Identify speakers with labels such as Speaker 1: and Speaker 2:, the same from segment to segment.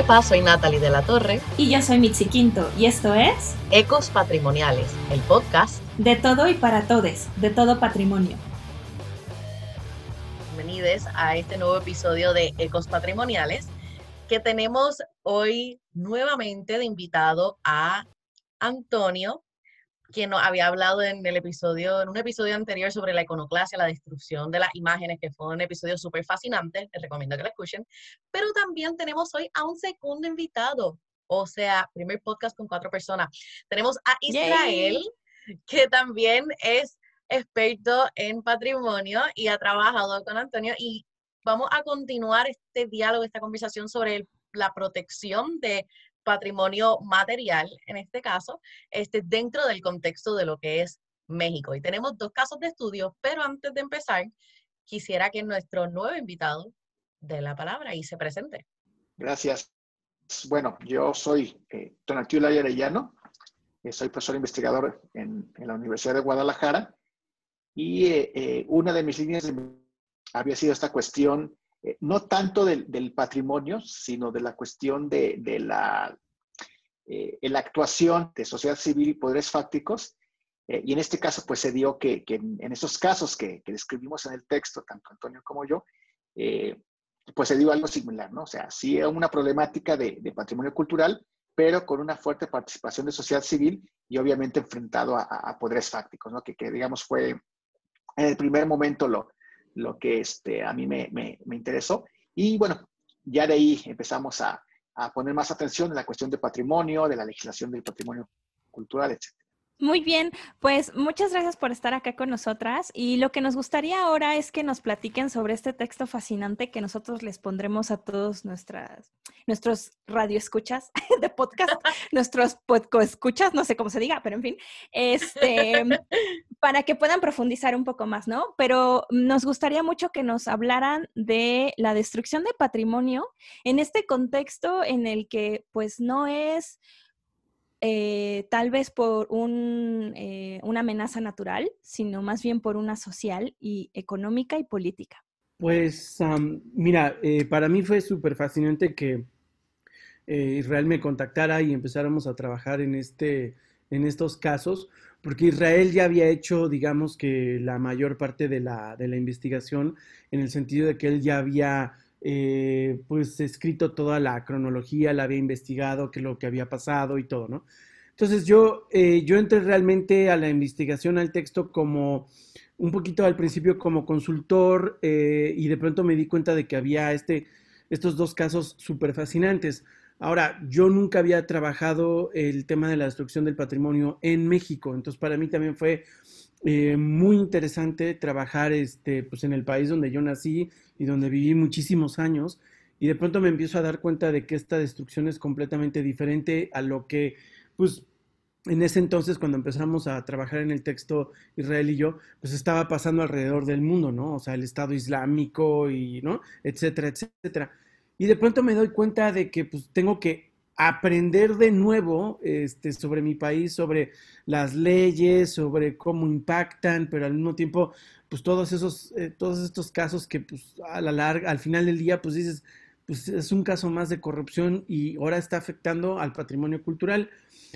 Speaker 1: Hola, soy Natalie de la Torre.
Speaker 2: Y yo soy Mitzi Quinto, y esto es
Speaker 1: Ecos Patrimoniales, el podcast
Speaker 2: de todo y para todes, de todo patrimonio.
Speaker 1: Bienvenidos a este nuevo episodio de Ecos Patrimoniales, que tenemos hoy nuevamente de invitado a Antonio, quien nos había hablado en un episodio anterior sobre la iconoclasia, la destrucción de las imágenes, que fue un episodio súper fascinante, les recomiendo que lo escuchen. Pero también tenemos hoy a un segundo invitado, o sea, primer podcast con 4 personas. Tenemos a Israel, que también es experto en patrimonio y ha trabajado con Antonio, y vamos a continuar este diálogo, esta conversación sobre la protección de patrimonio material, en este caso, dentro del contexto de lo que es México. Y tenemos 2 casos de estudio, pero antes de empezar, quisiera que nuestro nuevo invitado dé la palabra y se presente.
Speaker 3: Gracias. Bueno, yo soy Tonatiuh Laya Arellano, soy profesor investigador en la Universidad de Guadalajara, y una de mis líneas había sido esta cuestión, no tanto del patrimonio, sino de la cuestión de la actuación de sociedad civil y poderes fácticos. Y en este caso, pues se dio que en esos casos que describimos en el texto, tanto Antonio como yo, pues se dio algo similar, ¿no? O sea, sí era una problemática de patrimonio cultural, pero con una fuerte participación de sociedad civil y obviamente enfrentado a poderes fácticos, ¿no? Que digamos fue en el primer momento lo que a mí me interesó. Y bueno, ya de ahí empezamos a poner más atención en la cuestión de patrimonio, de la legislación del patrimonio cultural, etc.
Speaker 2: Muy bien, pues muchas gracias por estar acá con nosotras, y lo que nos gustaría ahora es que nos platiquen sobre este texto fascinante que nosotros les pondremos a todos nuestros radioescuchas de podcast, nuestros podcoescuchas, no sé cómo se diga, pero en fin, para que puedan profundizar un poco más, ¿no? Pero nos gustaría mucho que nos hablaran de la destrucción de patrimonio en este contexto en el que pues no es tal vez por una amenaza natural, sino más bien por una social y económica y política.
Speaker 4: Pues mira, para mí fue súper fascinante que Israel me contactara y empezáramos a trabajar en estos casos, porque Israel ya había hecho, digamos que la mayor parte de la investigación, en el sentido de que él ya había pues escrito toda la cronología, la había investigado, qué es lo que había pasado y todo, ¿no? Entonces yo entré realmente a la investigación, al texto, como un poquito al principio como consultor, y de pronto me di cuenta de que había estos 2 casos súper fascinantes. Ahora, yo nunca había trabajado el tema de la destrucción del patrimonio en México, entonces para mí también fue muy interesante trabajar pues en el país donde yo nací y donde viví muchísimos años, y de pronto me empiezo a dar cuenta de que esta destrucción es completamente diferente a lo que, pues, en ese entonces, cuando empezamos a trabajar en el texto, Israel y yo, pues estaba pasando alrededor del mundo, ¿no? O sea, el Estado Islámico y, ¿no? Etcétera, etcétera. Y de pronto me doy cuenta de que pues tengo que aprender de nuevo sobre mi país, sobre las leyes, sobre cómo impactan, pero al mismo tiempo, pues todos estos casos que pues a la larga, al final del día, pues dices, pues es un caso más de corrupción y ahora está afectando al patrimonio cultural.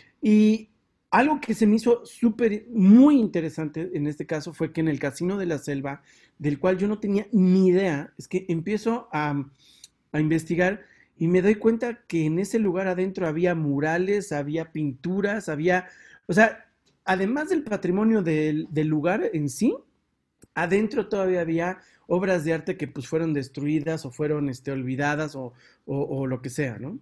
Speaker 4: Y algo que se me hizo muy interesante en este caso fue que en el Casino de la Selva, del cual yo no tenía ni idea, es que empiezo a investigar y me doy cuenta que en ese lugar adentro había murales, había pinturas, o sea, además del patrimonio del lugar en sí, adentro todavía había obras de arte que pues fueron destruidas o fueron olvidadas o lo que sea, ¿no?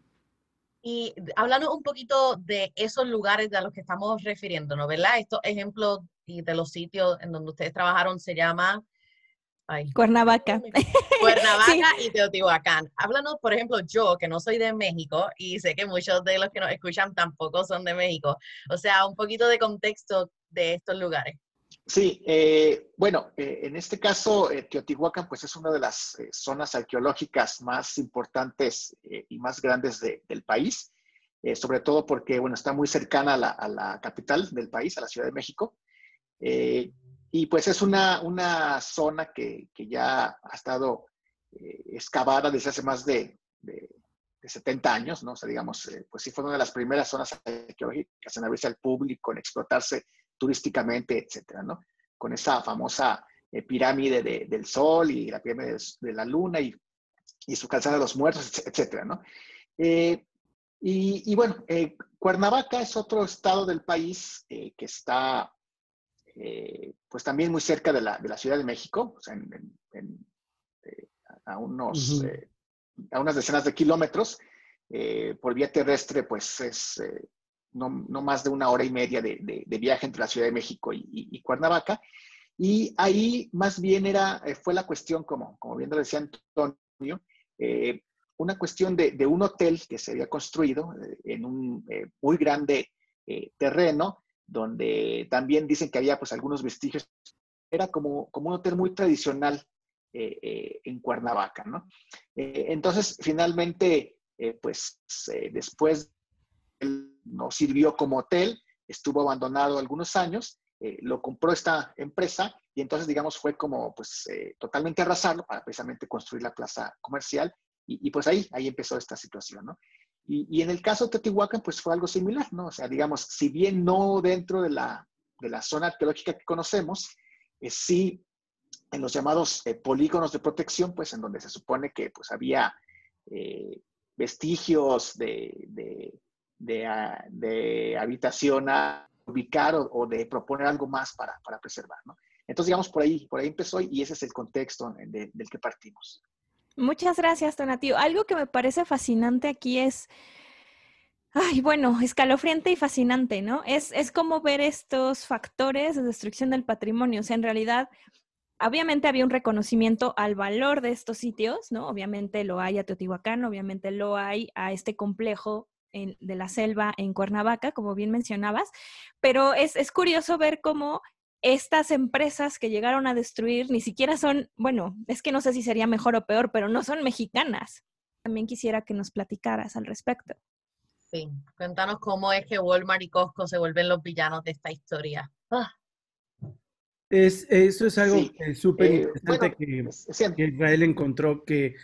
Speaker 1: Y hablando un poquito de esos lugares a los que estamos refiriéndonos, ¿verdad? Estos ejemplos y de los sitios en donde ustedes trabajaron se llama
Speaker 2: Cuernavaca.
Speaker 1: Cuernavaca
Speaker 2: Sí.
Speaker 1: y Teotihuacán. Háblanos, por ejemplo, yo que no soy de México y sé que muchos de los que nos escuchan tampoco son de México. O sea, un poquito de contexto de estos lugares.
Speaker 3: Sí, bueno, en este caso, Teotihuacán, pues es una de las zonas arqueológicas más importantes y más grandes del país, sobre todo porque, bueno, está muy cercana a la capital del país, a la Ciudad de México. Eh, y pues es una zona que ya ha estado excavada desde hace más de de 70 años, ¿no? O sea, digamos, pues sí fue una de las primeras zonas arqueológicas en abrirse al público, en explotarse turísticamente, etcétera, ¿no? Con esa famosa pirámide del Sol y la pirámide de la Luna y su calzada de los muertos, etcétera, ¿no? Bueno, Cuernavaca es otro estado del país que está, pues también muy cerca de la Ciudad de México, o sea, a unas decenas de kilómetros. Por vía terrestre, pues es no más de 1 hora y media de viaje entre la Ciudad de México y Cuernavaca. Y ahí más bien fue la cuestión, como bien lo decía Antonio, una cuestión de un hotel que se había construido en un muy grande terreno, donde también dicen que había pues algunos vestigios. Era como un hotel muy tradicional en Cuernavaca, ¿no? Entonces, finalmente, después no sirvió como hotel, estuvo abandonado algunos años, lo compró esta empresa y entonces, digamos, fue como pues totalmente arrasarlo para precisamente construir la plaza comercial y pues ahí empezó esta situación, ¿no? Y en el caso de Teotihuacán, pues fue algo similar, ¿no? O sea, digamos, si bien no dentro de la zona arqueológica que conocemos, sí en los llamados polígonos de protección, pues en donde se supone que pues había vestigios de habitación a ubicar o de proponer algo más para preservar, ¿no? Entonces, digamos, por ahí empezó y ese es el contexto del que partimos.
Speaker 2: Muchas gracias, Tonatiuh. Algo que me parece fascinante aquí es, ay, bueno, escalofriante y fascinante, ¿no? Es como ver estos factores de destrucción del patrimonio. O sea, en realidad, obviamente había un reconocimiento al valor de estos sitios, ¿no? Obviamente lo hay a Teotihuacán, obviamente lo hay a este complejo de la selva en Cuernavaca, como bien mencionabas, pero es curioso ver cómo estas empresas que llegaron a destruir ni siquiera son, bueno, es que no sé si sería mejor o peor, pero no son mexicanas. También quisiera que nos platicaras al respecto.
Speaker 1: Sí, cuéntanos cómo es que Walmart y Costco se vuelven los villanos de esta historia.
Speaker 4: Eso es algo
Speaker 3: Sí,
Speaker 4: súper interesante
Speaker 3: bueno,
Speaker 4: que Israel encontró que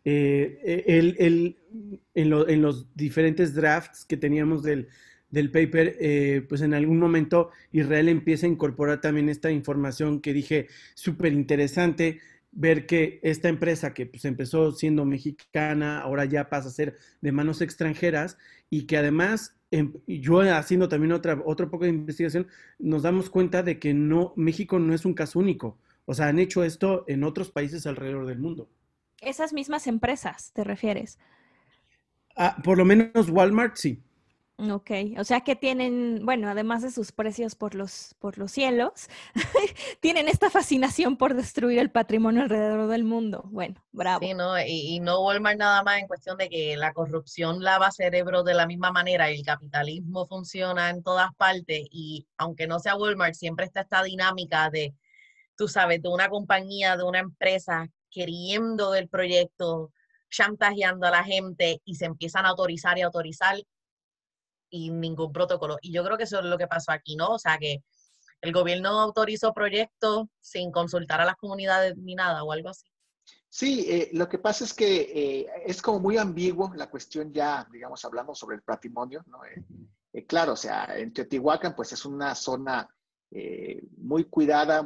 Speaker 4: él en los diferentes drafts que teníamos del paper, pues en algún momento Israel empieza a incorporar también esta información que dije súper interesante, ver que esta empresa que pues empezó siendo mexicana, ahora ya pasa a ser de manos extranjeras y que además, yo haciendo también otro poco de investigación, nos damos cuenta de que no, México no es un caso único. O sea, han hecho esto en otros países alrededor del mundo.
Speaker 2: Esas mismas empresas, ¿te refieres?
Speaker 4: Por lo menos Walmart, sí.
Speaker 2: Ok, o sea que tienen, bueno, además de sus precios por los cielos, tienen esta fascinación por destruir el patrimonio alrededor del mundo. Bueno, bravo.
Speaker 1: Sí, ¿no? Y no Walmart nada más en cuestión de que la corrupción lava cerebro de la misma manera y el capitalismo funciona en todas partes y aunque no sea Walmart, siempre está esta dinámica de, tú sabes, de una compañía, de una empresa queriendo del proyecto, chantajeando a la gente y se empiezan a autorizar y autorizar y ningún protocolo. Y yo creo que eso es lo que pasó aquí, ¿no? O sea, que el gobierno autorizó proyectos sin consultar a las comunidades ni nada o algo así.
Speaker 3: Sí, lo que pasa es que es como muy ambiguo la cuestión ya, digamos, hablando sobre el patrimonio, ¿no? Claro, o sea, en Teotihuacán, pues es una zona muy cuidada,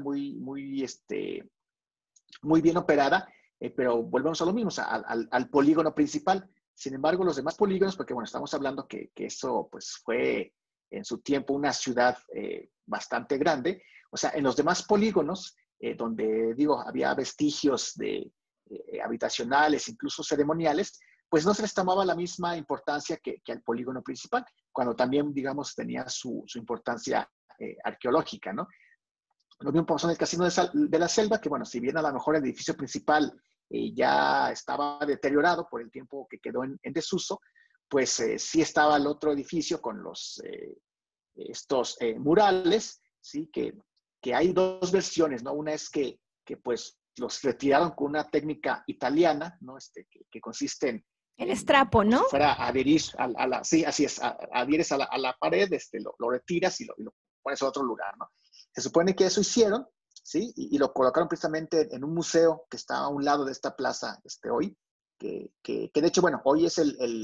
Speaker 3: muy bien operada, pero volvemos a lo mismo, o sea, al polígono principal. Sin embargo, los demás polígonos, porque bueno, estamos hablando que eso pues fue en su tiempo una ciudad bastante grande, o sea, en los demás polígonos, donde digo, había vestigios de habitacionales, incluso ceremoniales, pues no se les tomaba la misma importancia que al polígono principal, cuando también, digamos, tenía su importancia arqueológica, ¿no? Lo mismo pasó en el Casino de la Selva, que bueno, si bien a lo mejor el edificio principal ya estaba deteriorado por el tiempo que quedó en desuso, pues sí estaba el otro edificio con estos murales, ¿sí? Que hay dos versiones, ¿no? Una es que pues los retiraron con una técnica italiana, ¿no? Que consiste
Speaker 2: El estrapo,
Speaker 3: como
Speaker 2: ¿no?
Speaker 3: si fuera adherir sí, así es, adhieres a la pared, lo retiras y lo pones a otro lugar, ¿no? Se supone que eso hicieron, ¿sí? Y lo colocaron precisamente en un museo que está a un lado de esta plaza hoy. que de hecho, bueno, hoy es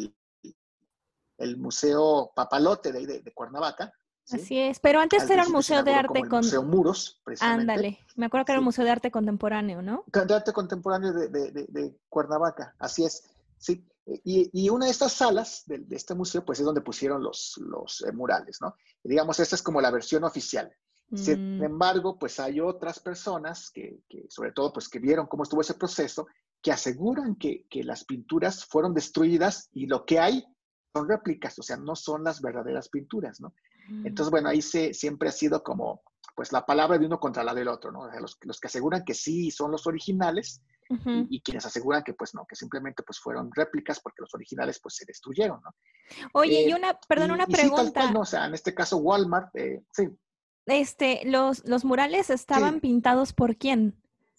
Speaker 3: el Museo Papalote de Cuernavaca, ¿sí?
Speaker 2: Así es, pero antes
Speaker 3: Al
Speaker 2: era un
Speaker 3: principio se
Speaker 2: museo de
Speaker 3: inauguró como
Speaker 2: arte
Speaker 3: el Museo Muros, precisamente,
Speaker 2: Ándale, me acuerdo que era un
Speaker 3: ¿sí?
Speaker 2: museo de arte contemporáneo, ¿no?
Speaker 3: De arte contemporáneo de Cuernavaca, así es, ¿sí? Y una de estas salas de este museo, pues es donde pusieron los murales, ¿no? Y digamos, esta es como la versión oficial. Sin
Speaker 2: Mm,
Speaker 3: embargo, pues hay otras personas que sobre todo, pues que vieron cómo estuvo ese proceso, que aseguran que las pinturas fueron destruidas y lo que hay son réplicas, o sea, no son las verdaderas pinturas, ¿no?
Speaker 2: mm,
Speaker 3: Entonces, bueno, ahí siempre ha sido como, pues la palabra de uno contra la del otro, ¿no? O sea, los que aseguran que sí son los originales
Speaker 2: ujú.
Speaker 3: y quienes aseguran que pues no, que simplemente pues fueron réplicas porque los originales pues se destruyeron, ¿no?
Speaker 2: Oye, y perdón, una
Speaker 3: Y sí, tal cual,
Speaker 2: pregunta.
Speaker 3: ¿no? O sea, en este caso Walmart, sí,
Speaker 2: Los murales estaban
Speaker 3: sí,
Speaker 2: pintados por quién?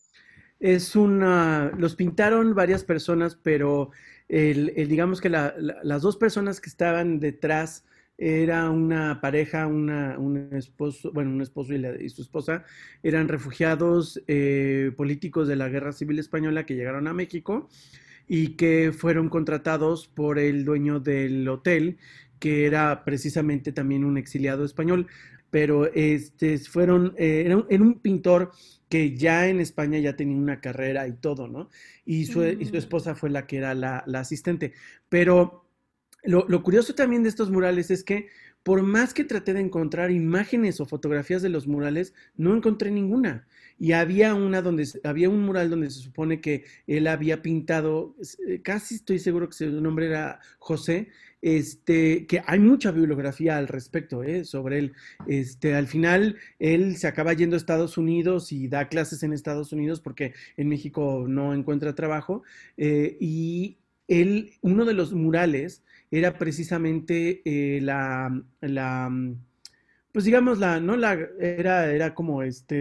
Speaker 4: Los pintaron varias personas, pero digamos que las dos personas que estaban detrás era una pareja, un esposo, bueno, un esposo y su esposa eran refugiados políticos de la Guerra Civil Española que llegaron a México y que fueron contratados por el dueño del hotel, que era precisamente también un exiliado español, pero era un pintor que ya en España ya tenía una carrera y todo, ¿no? Y su
Speaker 2: Mm,
Speaker 4: esposa fue la que era la asistente. Pero lo curioso también de estos murales es que por más que traté de encontrar imágenes o fotografías de los murales, no encontré ninguna. Y había un mural donde se supone que él había pintado, casi estoy seguro que su nombre era José, que hay mucha bibliografía al respecto, sobre él. Al final, él se acaba yendo a Estados Unidos y da clases en Estados Unidos porque en México no encuentra trabajo. Y uno de los murales era precisamente pues digamos, ¿no? Era como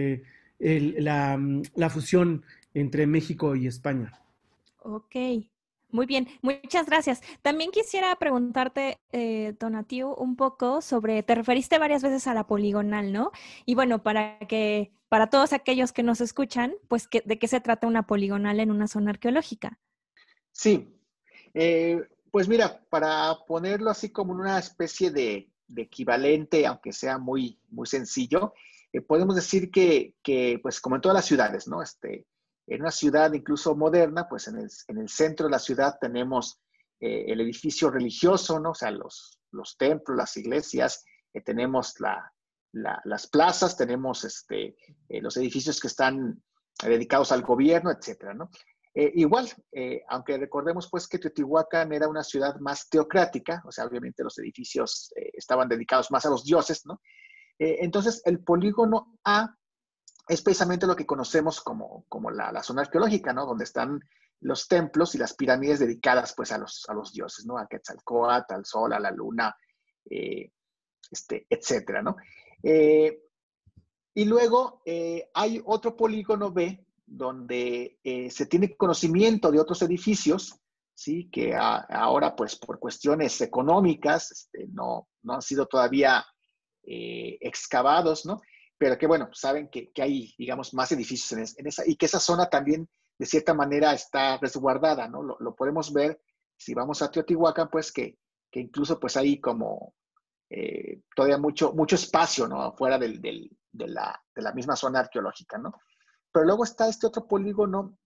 Speaker 4: la fusión entre México y España.
Speaker 2: ok, muy bien, muchas gracias. También quisiera preguntarte, Donatiu, un poco sobre, te referiste varias veces a la poligonal, ¿no? Y bueno, para todos aquellos que nos escuchan, pues, ¿de qué se trata una poligonal en una zona arqueológica?
Speaker 3: sí. Pues mira, para ponerlo así como en una especie de equivalente, aunque sea muy, muy sencillo, podemos decir pues como en todas las ciudades, ¿no? En una ciudad incluso moderna, pues en el centro de la ciudad tenemos el edificio religioso, ¿no? O sea, los templos, las iglesias, tenemos las plazas, tenemos los edificios que están dedicados al gobierno, etcétera, ¿no? Igual, aunque recordemos pues que Teotihuacán era una ciudad más teocrática, o sea, obviamente los edificios estaban dedicados más a los dioses, ¿no? Entonces, el polígono A es precisamente lo que conocemos como la zona arqueológica, ¿no? Donde están los templos y las pirámides dedicadas pues a los dioses, ¿no? A Quetzalcóatl, al sol, a la luna, eh, etcétera, ¿no? Eh, y luego hay otro polígono B donde se tiene conocimiento de otros edificios, ¿sí? Que ahora, pues por cuestiones económicas, no han sido todavía excavados, ¿no? Pero que, bueno, saben que hay, digamos, más edificios en esa, y que esa zona también, de cierta manera, está resguardada, ¿no? Lo podemos ver si vamos a Teotihuacán, pues que incluso, pues hay como todavía mucho espacio, ¿no? Afuera de la misma zona arqueológica, ¿no? Pero luego está este otro polígono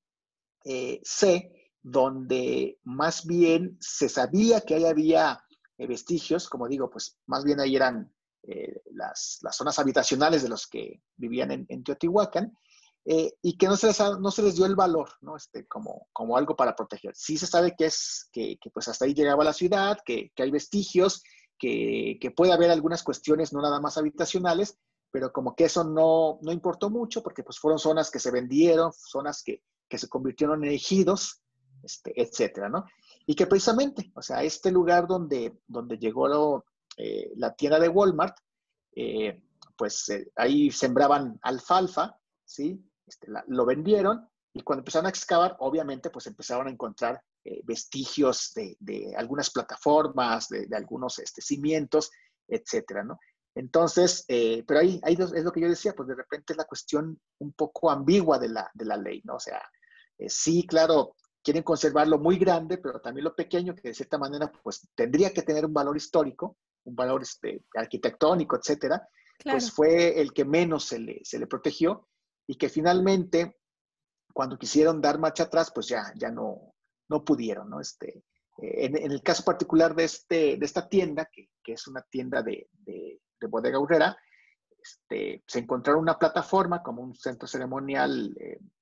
Speaker 3: C, donde más bien se sabía que ahí había vestigios, como digo, pues más bien ahí eran las zonas habitacionales de los que vivían en Teotihuacán, y que no se les dio el valor, ¿no? Como algo para proteger. Sí se sabe que pues hasta ahí llegaba la ciudad, que hay vestigios, que puede haber algunas cuestiones no nada más habitacionales, pero como que eso no importó mucho porque pues fueron zonas que se vendieron, zonas que se convirtieron en ejidos, etcétera, ¿no? Y que precisamente, o sea, este lugar donde llegó la tienda de Walmart, pues ahí sembraban alfalfa, ¿sí? Lo vendieron y cuando empezaron a excavar, obviamente, pues empezaron a encontrar vestigios de algunas plataformas, de algunos cimientos, etcétera, ¿no? Entonces, pero ahí es lo que yo decía, pues de repente es la cuestión un poco ambigua de la ley, ¿no? O sea, sí, claro, quieren conservar lo muy grande, pero también lo pequeño, que de cierta manera pues tendría que tener un valor histórico, un valor arquitectónico, etcétera, pues
Speaker 2: Claro.
Speaker 3: fue el que menos se le protegió y que finalmente, cuando quisieron dar marcha atrás, pues ya no pudieron, ¿no? En el caso particular de esta tienda, que es una tienda de Bodega Aurrera, se encontraron una plataforma como un centro ceremonial,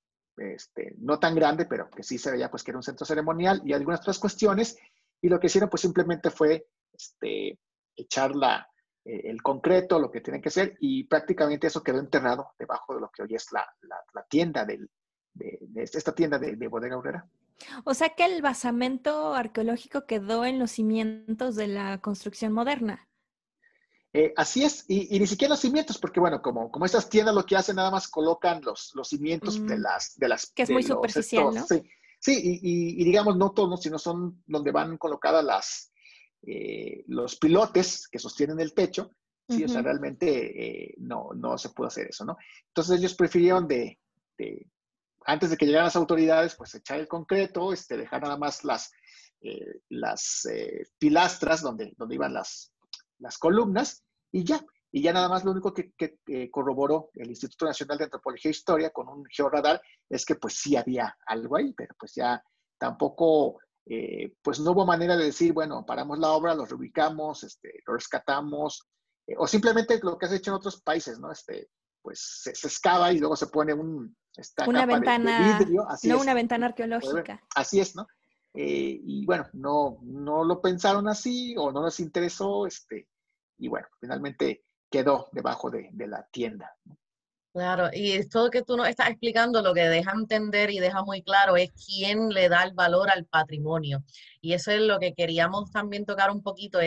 Speaker 3: no tan grande, pero que sí se veía pues que era un centro ceremonial y algunas otras cuestiones, y lo que hicieron pues simplemente fue echar el concreto, lo que tienen que hacer, y prácticamente eso quedó enterrado debajo de lo que hoy es la tienda de esta tienda de Bodega Aurrera.
Speaker 2: O sea que el basamento arqueológico quedó en los cimientos de la construcción moderna.
Speaker 3: Así es, y ni siquiera los cimientos, porque bueno, como estas tiendas lo que hacen, nada más colocan los cimientos
Speaker 2: Mm, que es muy
Speaker 3: de los
Speaker 2: superficial,
Speaker 3: estos,
Speaker 2: ¿no?
Speaker 3: sí, sí, y digamos no todos, sino son donde van colocadas los pilotes que sostienen el techo, sí, o sea,
Speaker 2: Ujú.
Speaker 3: realmente no se pudo hacer eso, ¿no? Entonces ellos prefirieron antes de que llegaran las autoridades, pues echar el concreto, dejar nada más las pilastras donde iban las columnas y ya nada más lo único que corroboró el Instituto Nacional de Antropología e Historia con un georradar es que pues sí había algo ahí, pero pues ya tampoco, pues no hubo manera de decir, bueno, paramos la obra, lo reubicamos, lo rescatamos, o simplemente lo que has hecho en otros países, ¿no? Pues se excava y luego se pone esta
Speaker 2: Una
Speaker 3: capa de
Speaker 2: ventana,
Speaker 3: vidrio, así
Speaker 2: no
Speaker 3: es,
Speaker 2: una ventana
Speaker 3: puede ver,
Speaker 2: arqueológica.
Speaker 3: así es, ¿no? Y bueno, no lo pensaron así o no les interesó, y bueno, finalmente quedó debajo de la tienda.
Speaker 1: Claro, y esto que tú nos estás explicando, lo que deja entender y deja muy claro es quién le da el valor al patrimonio. Y eso es lo que queríamos también tocar un poquito,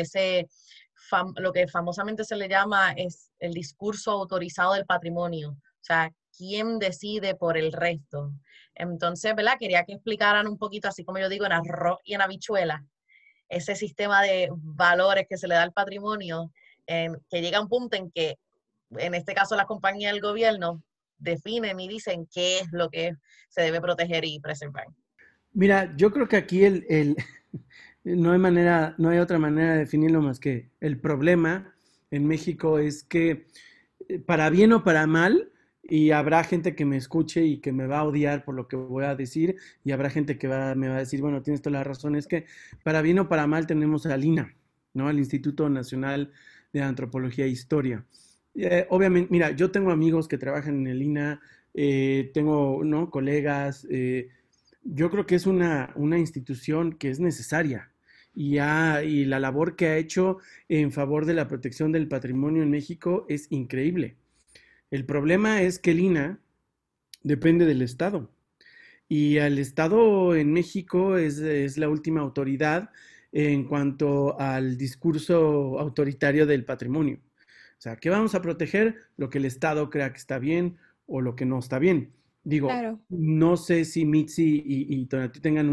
Speaker 1: lo que famosamente se le llama es el discurso autorizado del patrimonio. O sea, quién decide por el resto. Entonces, ¿verdad? Quería que explicaran un poquito, así como yo digo, en arroz y en habichuela, ese sistema de valores que se le da al patrimonio, que llega a un punto en que en este caso las compañías del gobierno, definen y dicen qué es lo que se debe proteger y preservar.
Speaker 4: Mira, yo creo que aquí no hay manera, no hay otra manera de definirlo más que el problema en México es que para bien o para mal, y habrá gente que me escuche y que me va a odiar por lo que voy a decir, y habrá gente que me va a decir, bueno, tienes toda la razón, es que para bien o para mal tenemos al INA, ¿no? Al Instituto Nacional de Antropología e Historia. Obviamente, mira, yo tengo amigos que trabajan en el INA, tengo, ¿no? Colegas, yo creo que es una institución que es necesaria y la labor que ha hecho en favor de la protección del patrimonio en México es increíble. El problema es que el INA depende del Estado y el Estado en México es la última autoridad en cuanto al discurso autoritario del patrimonio. O sea, ¿qué vamos a proteger? Lo que el Estado crea que está bien o lo que no está bien. Digo,
Speaker 2: Claro.
Speaker 4: no sé si Mitzi y Tonati tengan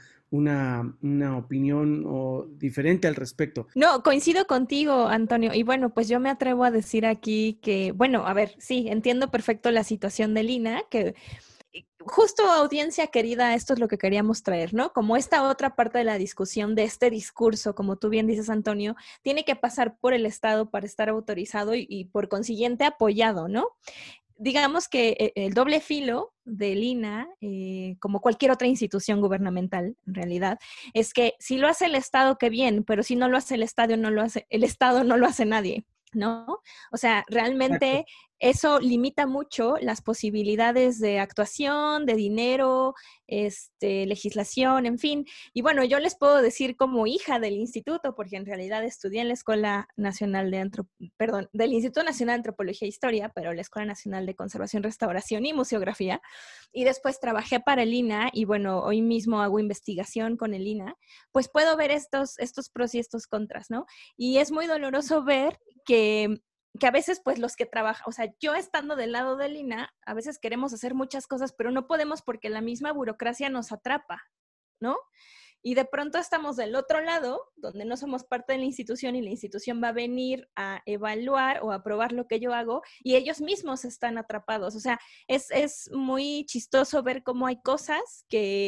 Speaker 4: una opinión diferente al respecto.
Speaker 2: No, coincido contigo, Antonio. Y bueno, pues yo me atrevo a decir aquí que, bueno, a ver, sí, entiendo perfecto la situación de Lina, que justo audiencia querida, esto es lo que queríamos traer, ¿no? Como esta otra parte de la discusión de este discurso, como tú bien dices, Antonio, tiene que pasar por el Estado para estar autorizado y por consiguiente apoyado, ¿no? Digamos que el doble filo del INA, como cualquier otra institución gubernamental, en realidad, es que si lo hace el Estado, qué bien, pero si no lo hace el Estado no lo hace nadie, ¿no? O sea,
Speaker 4: Exacto.
Speaker 2: realmente eso limita mucho las posibilidades de actuación, de dinero, legislación, en fin. Y bueno, yo les puedo decir como hija del instituto, porque en realidad estudié en la Escuela Nacional del Instituto Nacional de Antropología e Historia, pero la Escuela Nacional de Conservación, Restauración y Museografía, y después trabajé para el INA, y bueno, hoy mismo hago investigación con el INA, pues puedo ver estos pros y estos contras, ¿no? Y es muy doloroso ver que a veces pues los que trabajan, o sea, yo estando del lado del INA, a veces queremos hacer muchas cosas, pero no podemos porque la misma burocracia nos atrapa, ¿no? Y de pronto estamos del otro lado, donde no somos parte de la institución y la institución va a venir a evaluar o a aprobar lo que yo hago y ellos mismos están atrapados. O sea, es muy chistoso ver cómo hay cosas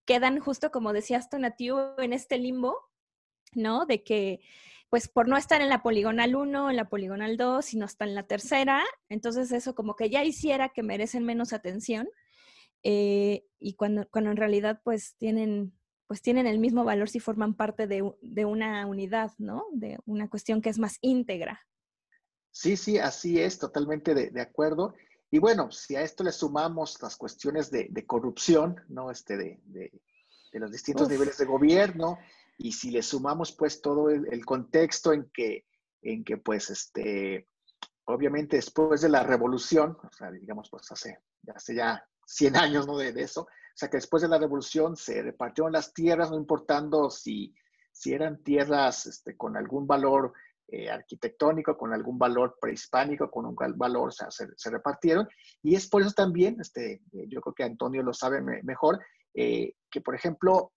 Speaker 2: quedan justo como decías, Tonatiu, en este limbo, ¿no? De que, pues por no estar en la poligonal 1, en la poligonal 2, sino hasta en la tercera, entonces eso como que ya hiciera que merecen menos atención, y cuando en realidad pues tienen el mismo valor si forman parte de una unidad, ¿no? De una cuestión que es más íntegra.
Speaker 3: Sí, sí, así es, totalmente de acuerdo. Y bueno, si a esto le sumamos las cuestiones de corrupción, ¿no? De los distintos
Speaker 2: Uf,
Speaker 3: niveles de gobierno, y si le sumamos pues todo el contexto en que pues obviamente después de la revolución, o sea, digamos pues hace ya 100 años, ¿no? De eso, o sea que después de la revolución se repartieron las tierras, no importando si eran tierras con algún valor arquitectónico, con algún valor prehispánico, con un valor, o sea, se repartieron. Y es por eso también, yo creo que Antonio lo sabe mejor, que por ejemplo,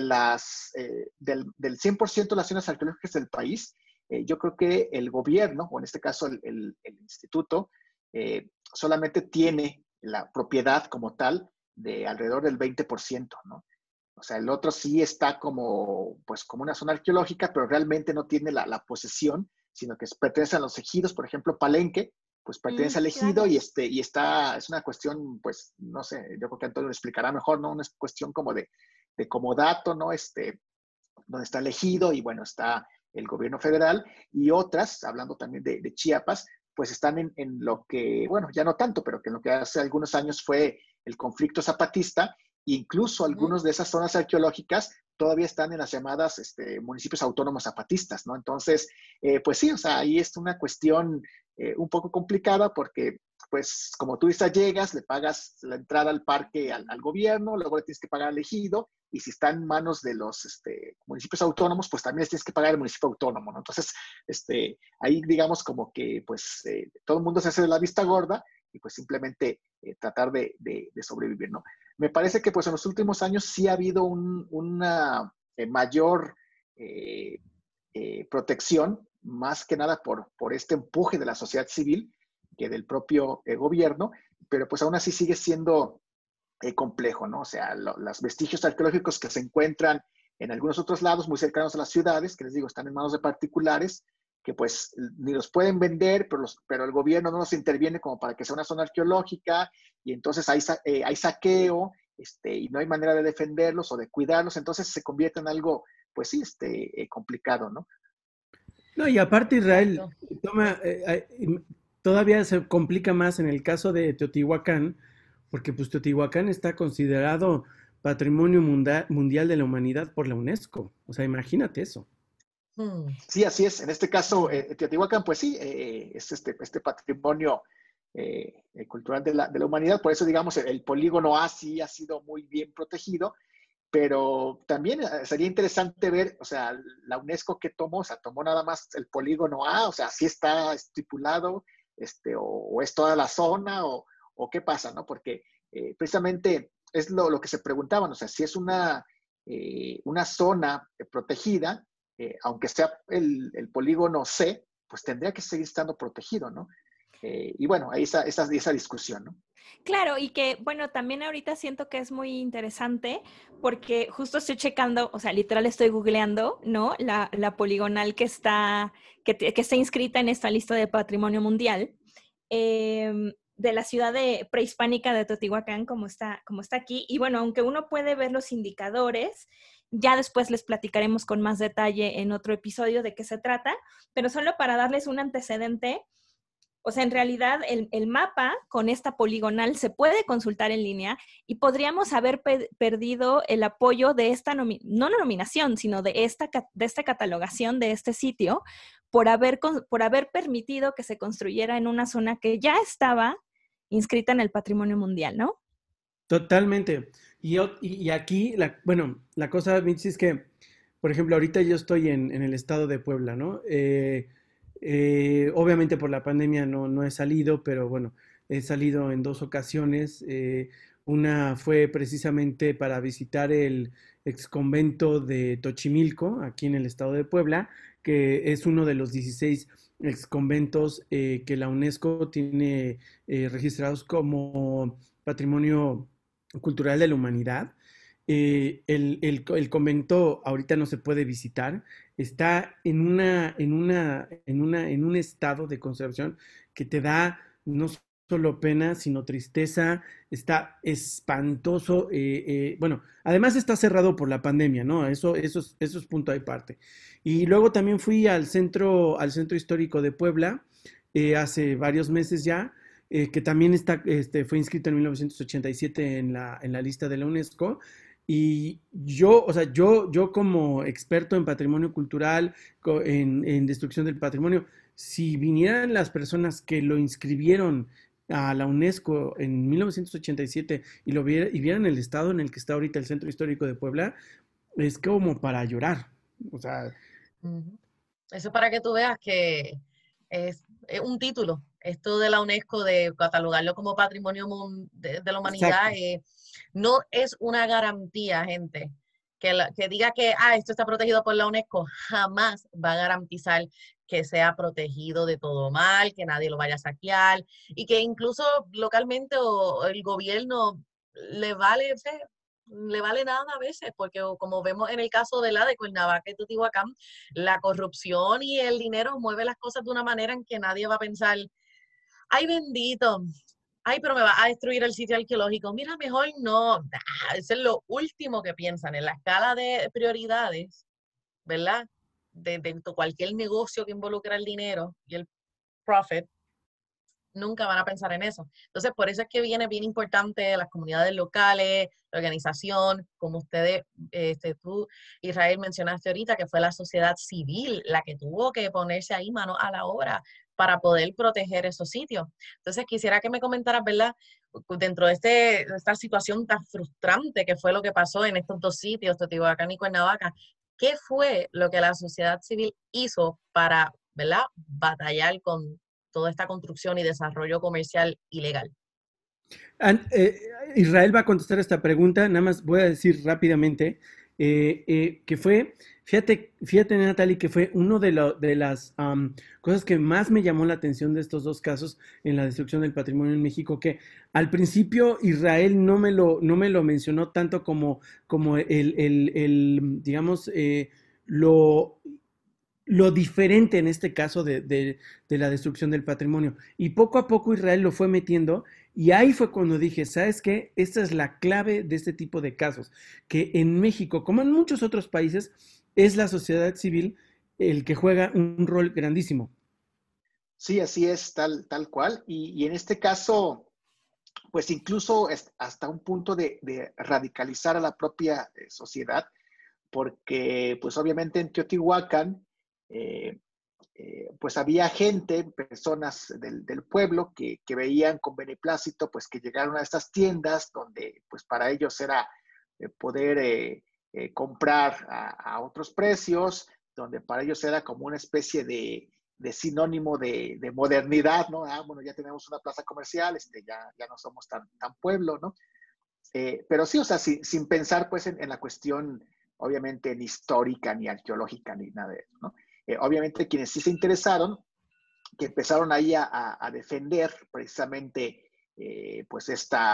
Speaker 3: del 100% de las zonas arqueológicas del país, yo creo que el gobierno, o en este caso el instituto, solamente tiene la propiedad como tal de alrededor del 20%, ¿no? O sea, el otro sí está pues, como una zona arqueológica, pero realmente no tiene la posesión, sino que pertenece a los ejidos. Por ejemplo, Palenque, pues pertenece al ejido
Speaker 2: claro.
Speaker 3: y es una cuestión, pues, no sé, yo creo que Antonio lo explicará mejor, ¿no? Una cuestión como de comodato, ¿no? Donde está el ejido y bueno, está el gobierno federal, y otras, hablando también de Chiapas, pues están en lo que, bueno, ya no tanto, pero que en lo que hace algunos años fue el conflicto zapatista. Incluso algunos de esas zonas arqueológicas todavía están en las llamadas municipios autónomos zapatistas, ¿no? Entonces, pues sí, o sea, ahí es una cuestión un poco complicada porque, pues, como tú dices, llegas, le pagas la entrada al parque al gobierno, luego le tienes que pagar al ejido, y si está en manos de los municipios autónomos, pues también les tienes que pagar el municipio autónomo, ¿no? Entonces, ahí digamos como que, pues, todo el mundo se hace de la vista gorda y pues simplemente tratar de sobrevivir, ¿no? Me parece que pues en los últimos años sí ha habido una mayor protección, más que nada por este empuje de la sociedad civil que del propio gobierno, pero pues aún así sigue siendo complejo, ¿no? O sea, los vestigios arqueológicos que se encuentran en algunos otros lados muy cercanos a las ciudades, que les digo, están en manos de particulares, que pues ni los pueden vender, pero el gobierno no los interviene como para que sea una zona arqueológica, y entonces hay saqueo, y no hay manera de defenderlos o de cuidarlos, entonces se convierte en algo, pues sí, complicado, ¿no?
Speaker 4: No, y aparte Israel
Speaker 1: Exacto.
Speaker 4: todavía se complica más en el caso de Teotihuacán, porque pues Teotihuacán está considerado Patrimonio Mundial de la Humanidad por la UNESCO. O sea, imagínate eso.
Speaker 1: Hmm,
Speaker 3: Sí, así es. En este caso,
Speaker 1: hmm.
Speaker 3: Teotihuacán, pues sí, es este patrimonio cultural de la humanidad. Por eso, digamos, el polígono A sí ha sido muy bien protegido, pero también sería interesante ver, o sea, la UNESCO que tomó, o sea, tomó nada más el polígono A, o sea, sí está estipulado, o es toda la zona, o qué pasa, ¿no? Porque precisamente es lo que se preguntaban, o sea, si es una zona protegida, aunque sea el polígono C, pues tendría que seguir estando protegido, ¿no? Y bueno, ahí está esa discusión, ¿no?
Speaker 2: Claro, y que, bueno, también ahorita siento que es muy interesante porque justo estoy checando, o sea, literal estoy googleando, ¿no? La poligonal que está inscrita en esta lista de patrimonio mundial, de la ciudad prehispánica de Teotihuacán, como está aquí. Y bueno, aunque uno puede ver los indicadores, ya después les platicaremos con más detalle en otro episodio de qué se trata, pero solo para darles un antecedente. O sea, en realidad el mapa con esta poligonal se puede consultar en línea y podríamos haber perdido el apoyo de esta, no la nominación, sino de esta catalogación de este sitio por haber permitido que se construyera en una zona que ya estaba inscrita en el patrimonio mundial, ¿no?
Speaker 4: Totalmente. Y aquí, bueno, la cosa, Mitzi, es que, por ejemplo, ahorita yo estoy en el estado de Puebla, ¿no? Obviamente por la pandemia no he salido, pero bueno, he salido en dos ocasiones. Una fue precisamente para visitar el ex convento de Tochimilco, aquí en el estado de Puebla, que es uno de los 16 ex conventos que la UNESCO tiene registrados como patrimonio cultural de la humanidad. el convento ahorita no se puede visitar, está en un estado de conservación que te da no solo pena, sino tristeza, está espantoso. Bueno, además está cerrado por la pandemia, ¿no? Eso es punto de parte. Y luego también fui al centro histórico de Puebla hace varios meses ya, que también fue inscrito en 1987 en la lista de la UNESCO. Y yo, o sea, yo como experto en patrimonio cultural, en destrucción del patrimonio, si vinieran las personas que lo inscribieron a la UNESCO en 1987 y vieran el estado en el que está ahorita el Centro Histórico de Puebla, es como para llorar. O sea,
Speaker 1: Ujú. Eso para que tú veas que es un título. Esto de la UNESCO de catalogarlo como patrimonio de la humanidad
Speaker 4: exacto.
Speaker 1: no es una garantía, gente. Que diga que esto está protegido por la UNESCO jamás va a garantizar que sea protegido de todo mal, que nadie lo vaya a saquear y que incluso localmente o el gobierno le vale, le vale nada a veces, porque como vemos en el caso de la de Cuernavaca y Teotihuacán, la corrupción y el dinero mueve las cosas de una manera en que nadie va a pensar, ay bendito, ay, pero me va a destruir el sitio arqueológico. Mira, mejor no. Eso es lo último que piensan en la escala de prioridades, ¿verdad? De cualquier negocio que involucra el dinero y el profit, nunca van a pensar en eso. Entonces, por eso es que viene bien importante las comunidades locales, la organización, como ustedes, tú, Israel, mencionaste ahorita, que fue la sociedad civil la que tuvo que ponerse ahí mano a la obra para poder proteger esos sitios. Entonces, quisiera que me comentaras, ¿verdad? Dentro de esta situación tan frustrante que fue lo que pasó en estos dos sitios, Teotihuacán y Cuernavaca, ¿qué fue lo que la sociedad civil hizo para, ¿verdad?, batallar con toda esta construcción y desarrollo comercial ilegal?
Speaker 4: An- eh, Israel va a contestar esta pregunta, nada más voy a decir rápidamente que fue, fíjate Natalie, que fue uno de las cosas que más me llamó la atención de estos dos casos en la destrucción del patrimonio en México, que al principio Israel no me lo mencionó tanto como digamos, lo lo diferente en este caso de la destrucción del patrimonio. Y poco a poco Israel lo fue metiendo y ahí fue cuando dije, ¿sabes qué? Esta es la clave de este tipo de casos, que en México, como en muchos otros países, es la sociedad civil el que juega un rol grandísimo.
Speaker 3: Sí, así es, tal cual. Y en este caso, pues incluso hasta un punto de radicalizar a la propia sociedad, porque pues obviamente en Teotihuacán, eh, pues había gente, personas del pueblo que veían con beneplácito pues que llegaron a estas tiendas donde pues para ellos era poder comprar a otros precios, donde para ellos era como una especie de sinónimo de modernidad, ¿no? Bueno, ya tenemos una plaza comercial, ya no somos tan pueblo, ¿no? Pero sí, o sea, sin pensar pues en la cuestión, obviamente, ni histórica, ni arqueológica, ni nada de eso, ¿no? Obviamente quienes sí se interesaron, que empezaron ahí a defender precisamente pues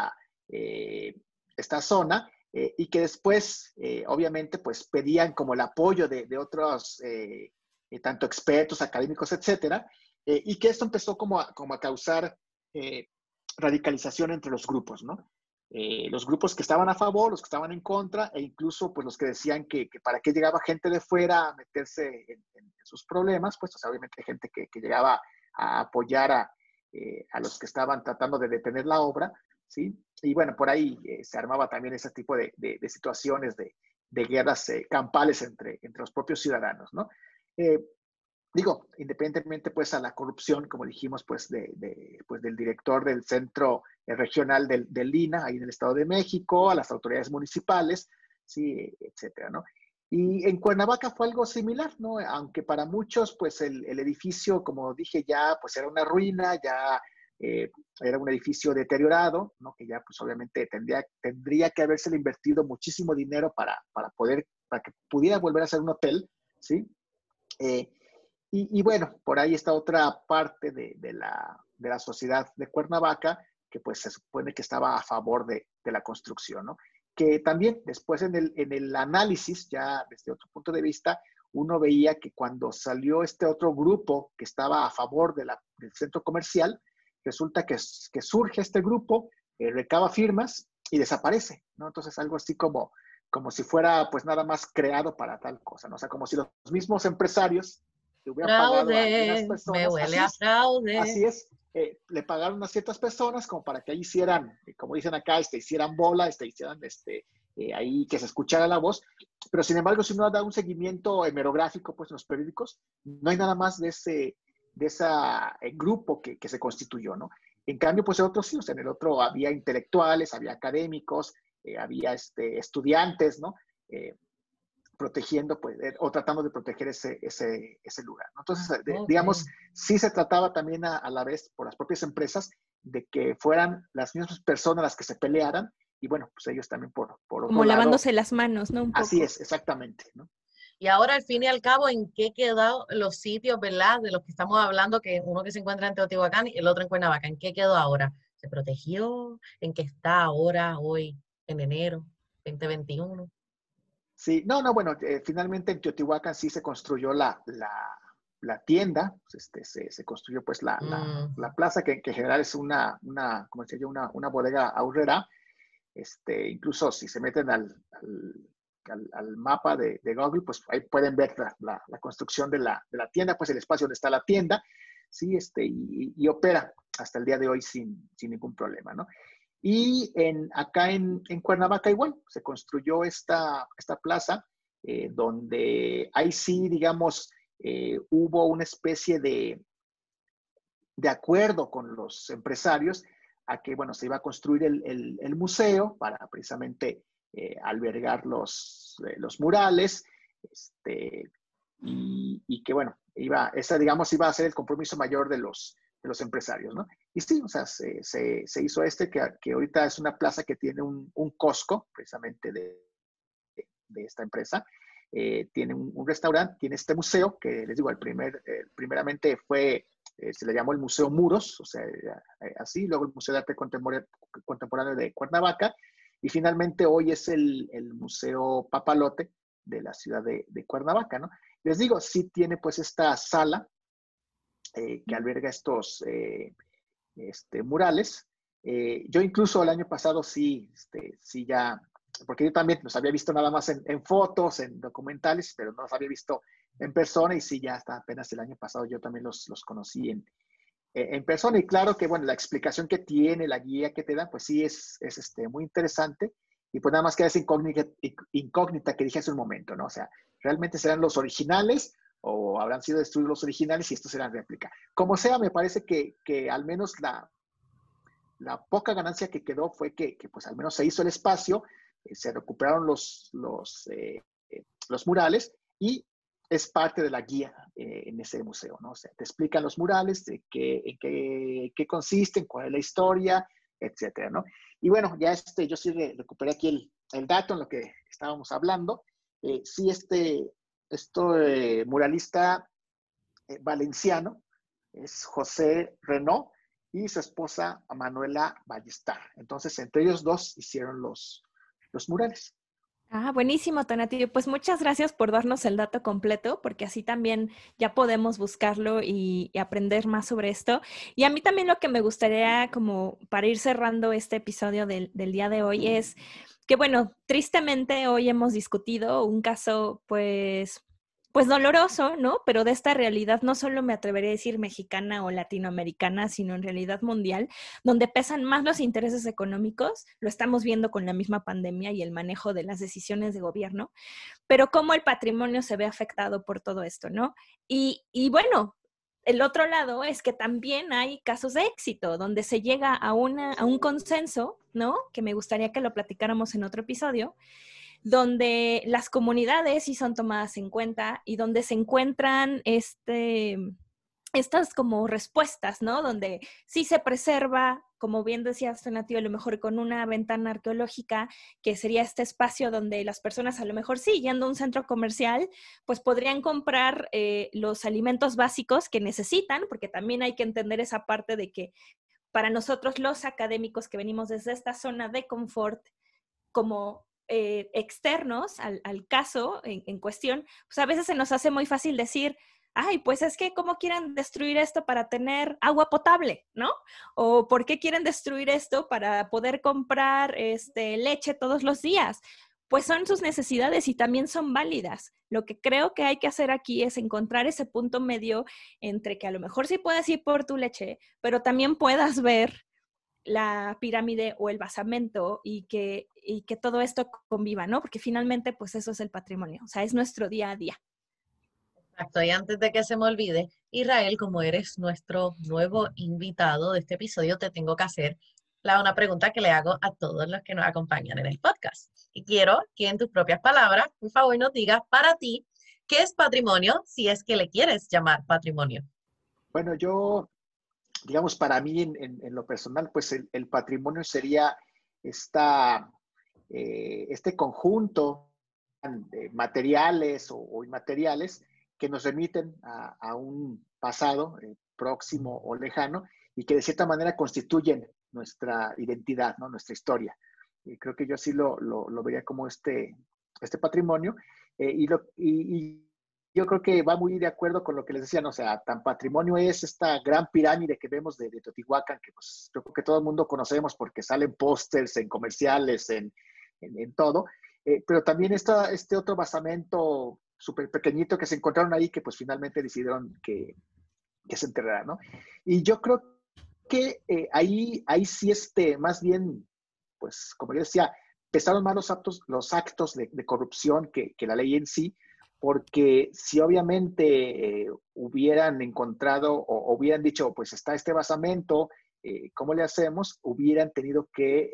Speaker 3: esta zona y que después obviamente pues pedían como el apoyo de otros tanto expertos, académicos, etcétera, y que esto empezó como a causar eh, radicalización entre los grupos, ¿no? Los grupos que estaban a favor, los que estaban en contra, e incluso pues los que decían que para qué llegaba gente de fuera a meterse en sus problemas, pues o sea, obviamente gente que llegaba a apoyar a los que estaban tratando de detener la obra, ¿sí? Y bueno, por ahí se armaba también ese tipo de situaciones de guerras campales entre los propios ciudadanos, ¿no? Eh, Digo, independientemente pues a la corrupción, como dijimos, pues, pues del director del centro regional del INAH, ahí en el Estado de México, a las autoridades municipales, sí, etcétera, ¿no? Y en Cuernavaca fue algo similar, ¿no? Aunque para muchos, pues el edificio, como dije ya, pues era una ruina, ya eh, era un edificio deteriorado, ¿no? Que ya pues obviamente tendría que haberse invertido muchísimo dinero para que pudiera volver a ser un hotel, ¿sí? Eh, y bueno, por ahí está otra parte de la sociedad de Cuernavaca que pues se supone que estaba a favor de la construcción, ¿no? que también después en el análisis, ya desde otro punto de vista, uno veía que cuando salió este otro grupo que estaba a favor del centro comercial, resulta que surge este grupo, recaba firmas y desaparece, ¿no? Entonces algo así como si fuera pues nada más creado para tal cosa, ¿no? O sea, como si los mismos empresarios le hubieran pagado a algunas
Speaker 1: Fraude, me
Speaker 3: personas,
Speaker 1: huele a fraude.
Speaker 3: así es, le pagaron a ciertas personas como para que ahí hicieran, como dicen acá, hicieran bola, hicieran ahí que se escuchara la voz, pero sin embargo, si uno da un seguimiento hemerográfico pues en los periódicos, no hay nada más de ese grupo que se constituyó, ¿no? En cambio, pues en otros sí, o sea, en el otro había intelectuales, había académicos, había estudiantes, ¿no? Protegiendo, pues, o tratando de proteger ese lugar, ¿no? Entonces, digamos, sí se trataba también a la vez por las propias empresas de que fueran las mismas personas las que se pelearan y bueno, pues ellos también por
Speaker 2: Como
Speaker 3: otro
Speaker 2: lavándose
Speaker 3: lado,
Speaker 2: las manos, ¿no? Un poco.
Speaker 3: así es, exactamente, ¿no?
Speaker 1: Y ahora, al fin y al cabo, ¿en qué quedaron los sitios, verdad? De los que estamos hablando, que uno que se encuentra en Teotihuacán y el otro en Cuernavaca. ¿En qué quedó ahora? ¿Se protegió? ¿En qué está ahora, hoy, en enero 2021?
Speaker 3: Sí, no, bueno, finalmente en Teotihuacán sí se construyó la tienda, pues, se construyó pues la plaza, que en general es como decía yo, una bodega aurrera. Incluso si se meten al mapa de Google, pues ahí pueden ver la construcción de la tienda, pues el espacio donde está la tienda, sí, y opera hasta el día de hoy sin ningún problema, ¿no? Y acá en Cuernavaca igual, se construyó esta plaza, donde ahí sí, digamos, hubo una especie de acuerdo con los empresarios a que, bueno, se iba a construir el museo para precisamente albergar los murales, y que, bueno, digamos, iba a ser el compromiso mayor de los empresarios, ¿no? Y sí, o sea, se hizo que ahorita es una plaza que tiene un Costco, precisamente de esta empresa. Tiene un restaurante, tiene este museo, que les digo, primeramente se le llamó el Museo Muros, o sea, así, luego el Museo de Arte Contemporáneo de Cuernavaca, y finalmente hoy es el Museo Papalote de la ciudad de Cuernavaca, ¿no? Les digo, sí tiene pues esta sala que alberga estos murales. Yo incluso el año pasado sí ya, porque yo también los había visto nada más en fotos, en documentales, pero no los había visto en persona, y sí, ya hasta apenas el año pasado yo también los conocí en persona. Y claro que, bueno, la explicación que tiene, la guía que te dan, pues sí es muy interesante. Y pues nada más queda esa incógnita que dije hace un momento, ¿no? O sea, ¿realmente serán los originales o habrán sido destruidos los originales y estos serán réplica? Como sea, me parece que al menos la poca ganancia que quedó fue que pues al menos se hizo el espacio, se recuperaron los murales, y es parte de la guía en ese museo, ¿no? O sea, te explican los murales, de en qué consisten, cuál es la historia, etcétera, ¿no? Y bueno, ya yo sí recuperé aquí el dato en lo que estábamos hablando. Sí, muralista valenciano es José Renaud y su esposa Manuela Ballestar. Entonces, entre ellos dos hicieron los murales.
Speaker 2: Ah, buenísimo, Tonatiuh. Pues muchas gracias por darnos el dato completo, porque así también ya podemos buscarlo y aprender más sobre esto. Y a mí también lo que me gustaría, como para ir cerrando este episodio del día de hoy, es que, bueno, tristemente hoy hemos discutido un caso, pues doloroso, ¿no? Pero de esta realidad no solo me atrevería a decir mexicana o latinoamericana, sino en realidad mundial, donde pesan más los intereses económicos, lo estamos viendo con la misma pandemia y el manejo de las decisiones de gobierno, pero cómo el patrimonio se ve afectado por todo esto, ¿no? Y bueno, el otro lado es que también hay casos de éxito, donde se llega a un consenso, ¿no? Que me gustaría que lo platicáramos en otro episodio, donde las comunidades sí son tomadas en cuenta y donde se encuentran estas como respuestas, ¿no? Donde sí se preserva, como bien decías, Tonatiuh, a lo mejor con una ventana arqueológica, que sería este espacio donde las personas a lo mejor sí, yendo a un centro comercial, pues podrían comprar los alimentos básicos que necesitan, porque también hay que entender esa parte de que para nosotros los académicos que venimos desde esta zona de confort, como externos al caso en cuestión, pues a veces se nos hace muy fácil decir, ay, pues es que ¿cómo quieren destruir esto para tener agua potable, ¿no? O ¿por qué quieren destruir esto para poder comprar leche todos los días? Pues son sus necesidades y también son válidas. Lo que creo que hay que hacer aquí es encontrar ese punto medio entre que a lo mejor sí puedas ir por tu leche, pero también puedas ver la pirámide o el basamento y que todo esto conviva, ¿no? Porque finalmente, pues eso es el patrimonio, o sea, es nuestro día a día.
Speaker 1: Exacto, y antes de que se me olvide, Israel, como eres nuestro nuevo invitado de este episodio, te tengo que hacer una pregunta que le hago a todos los que nos acompañan en el podcast. Y quiero que en tus propias palabras, por favor, nos digas para ti, ¿qué es patrimonio si es que le quieres llamar patrimonio?
Speaker 3: Bueno, yo, digamos, para mí en lo personal, pues el patrimonio sería este conjunto de materiales o inmateriales que nos remiten a un pasado próximo o lejano y que de cierta manera constituyen nuestra identidad, ¿no? Nuestra historia. Creo que yo sí lo vería como este patrimonio y yo creo que va muy de acuerdo con lo que les decían, o sea, tan patrimonio es esta gran pirámide que vemos de Teotihuacán, que pues yo creo que todo el mundo conocemos porque salen pósters en comerciales, en todo, pero también está este otro basamento súper pequeñito que se encontraron ahí que pues finalmente decidieron que se enterrara, ¿no? Y yo creo que ahí sí más bien, pues como yo decía, pesaron más los actos de corrupción que la ley en sí, porque si obviamente hubieran encontrado o hubieran dicho, pues está este basamento, ¿cómo le hacemos? Hubieran tenido que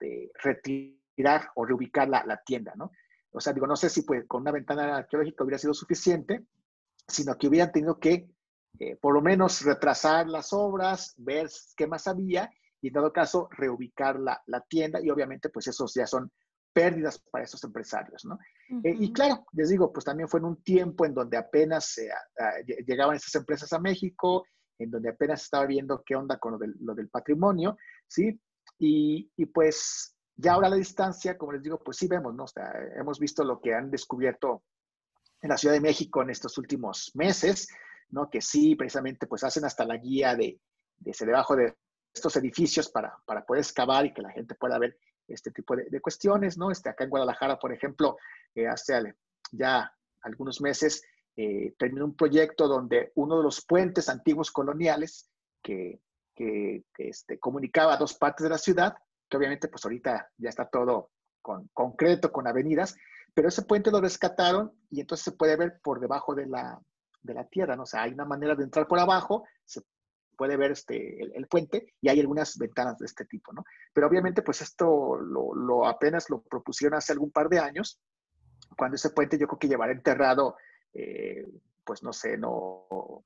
Speaker 3: retirar o reubicar la tienda, ¿no? O sea, digo, no sé si pues, con una ventana arqueológica hubiera sido suficiente, sino que hubieran tenido que por lo menos retrasar las obras, ver qué más había y en todo caso reubicar la tienda y obviamente pues esos ya son pérdidas para esos empresarios, ¿no? Y claro, les digo, pues también fue en un tiempo en donde apenas llegaban estas empresas a México, en donde apenas estaba viendo qué onda con lo del patrimonio, ¿sí? Y pues ya ahora a la distancia, como les digo, pues sí vemos, ¿no? O sea, hemos visto lo que han descubierto en la Ciudad de México en estos últimos meses, ¿no? Que sí, precisamente, pues hacen hasta la guía de debajo de estos edificios para poder excavar y que la gente pueda ver este tipo de cuestiones, ¿no? Acá en Guadalajara, por ejemplo, hace ya algunos meses terminó un proyecto donde uno de los puentes antiguos coloniales que comunicaba dos partes de la ciudad, que obviamente pues ahorita ya está todo con concreto, con avenidas, pero ese puente lo rescataron y entonces se puede ver por debajo de la tierra, ¿no? O sea, hay una manera de entrar por abajo, se puede ver el puente y hay algunas ventanas de este tipo, ¿no? Pero obviamente, pues esto apenas lo propusieron hace algún par de años, cuando ese puente yo creo que llevará enterrado, pues no sé, no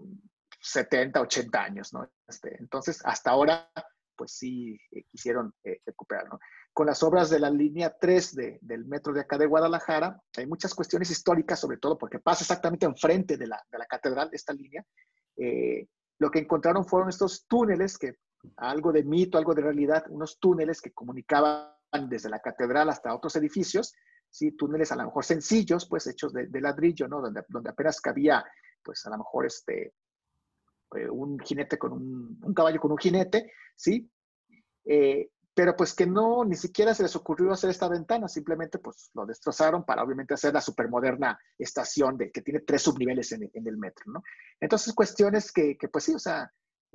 Speaker 3: 70, 80 años, ¿no? Entonces, hasta ahora, pues sí quisieron recuperar, ¿no? Con las obras de la línea 3 del metro de acá de Guadalajara, hay muchas cuestiones históricas, sobre todo porque pasa exactamente enfrente de la catedral, esta línea. Lo que encontraron fueron estos túneles, que algo de mito, algo de realidad, unos túneles que comunicaban desde la catedral hasta otros edificios, ¿sí? Túneles a lo mejor sencillos, pues hechos de ladrillo, ¿no? Donde apenas cabía, pues a lo mejor un jinete con un caballo con un jinete, ¿sí? Pero pues que no, ni siquiera se les ocurrió hacer esta ventana, simplemente pues lo destrozaron para obviamente hacer la supermoderna estación que tiene 3 subniveles en el metro, ¿no? Entonces cuestiones que pues sí, o sea,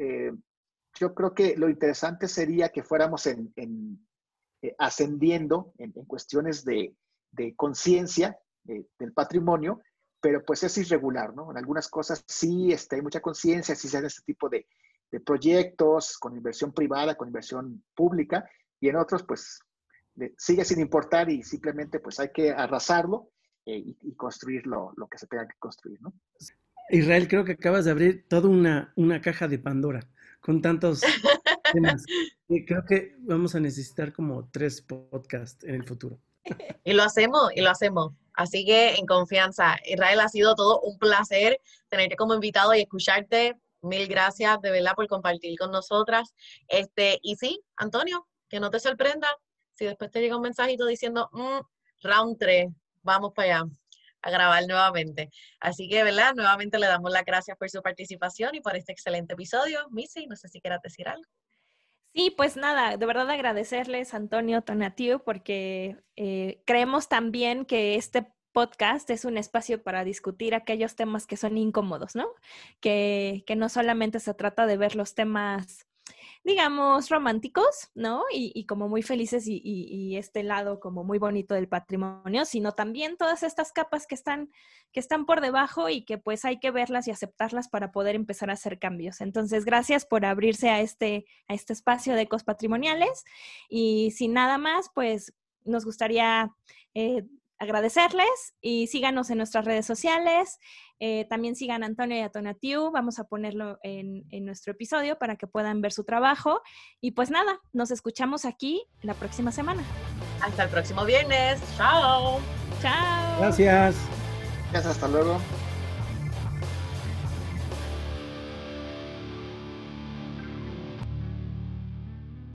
Speaker 3: yo creo que lo interesante sería que fuéramos ascendiendo en cuestiones de conciencia del patrimonio, pero pues es irregular, ¿no? En algunas cosas sí hay mucha conciencia, sí se hacen este tipo de proyectos con inversión privada, con inversión pública, y en otros pues sigue sin importar y simplemente pues hay que arrasarlo y construir lo que se tenga que construir, ¿no?
Speaker 4: Israel, creo que acabas de abrir toda una caja de Pandora con tantos temas. Creo que vamos a necesitar como 3 podcasts en el futuro.
Speaker 1: Y lo hacemos, y lo hacemos. Así que en confianza. Israel, ha sido todo un placer tenerte como invitado y escucharte. Mil gracias de verdad por compartir con nosotras. Y sí, Antonio, que no te sorprenda, si después te llega un mensajito diciendo, round 3, vamos para allá a grabar nuevamente. Así que, ¿verdad? Nuevamente le damos las gracias por su participación y por este excelente episodio. Missy, no sé si quieras decir algo.
Speaker 2: Sí, pues nada, de verdad agradecerles, Antonio, Tonatiuh, porque creemos también que este podcast es un espacio para discutir aquellos temas que son incómodos, ¿no? Que no solamente se trata de ver los temas, digamos, románticos, ¿no? Y como muy felices y este lado como muy bonito del patrimonio, sino también todas estas capas que están por debajo y que pues hay que verlas y aceptarlas para poder empezar a hacer cambios. Entonces, gracias por abrirse a este espacio de Ecos Patrimoniales y sin nada más, pues nos gustaría agradecerles y síganos en nuestras redes sociales. También sigan a Antonio y a Tonatiuh. Vamos a ponerlo en nuestro episodio para que puedan ver su trabajo. Y pues nada, nos escuchamos aquí la próxima semana.
Speaker 1: Hasta el próximo viernes. Chao.
Speaker 2: Chao.
Speaker 4: Gracias.
Speaker 3: Gracias, hasta luego.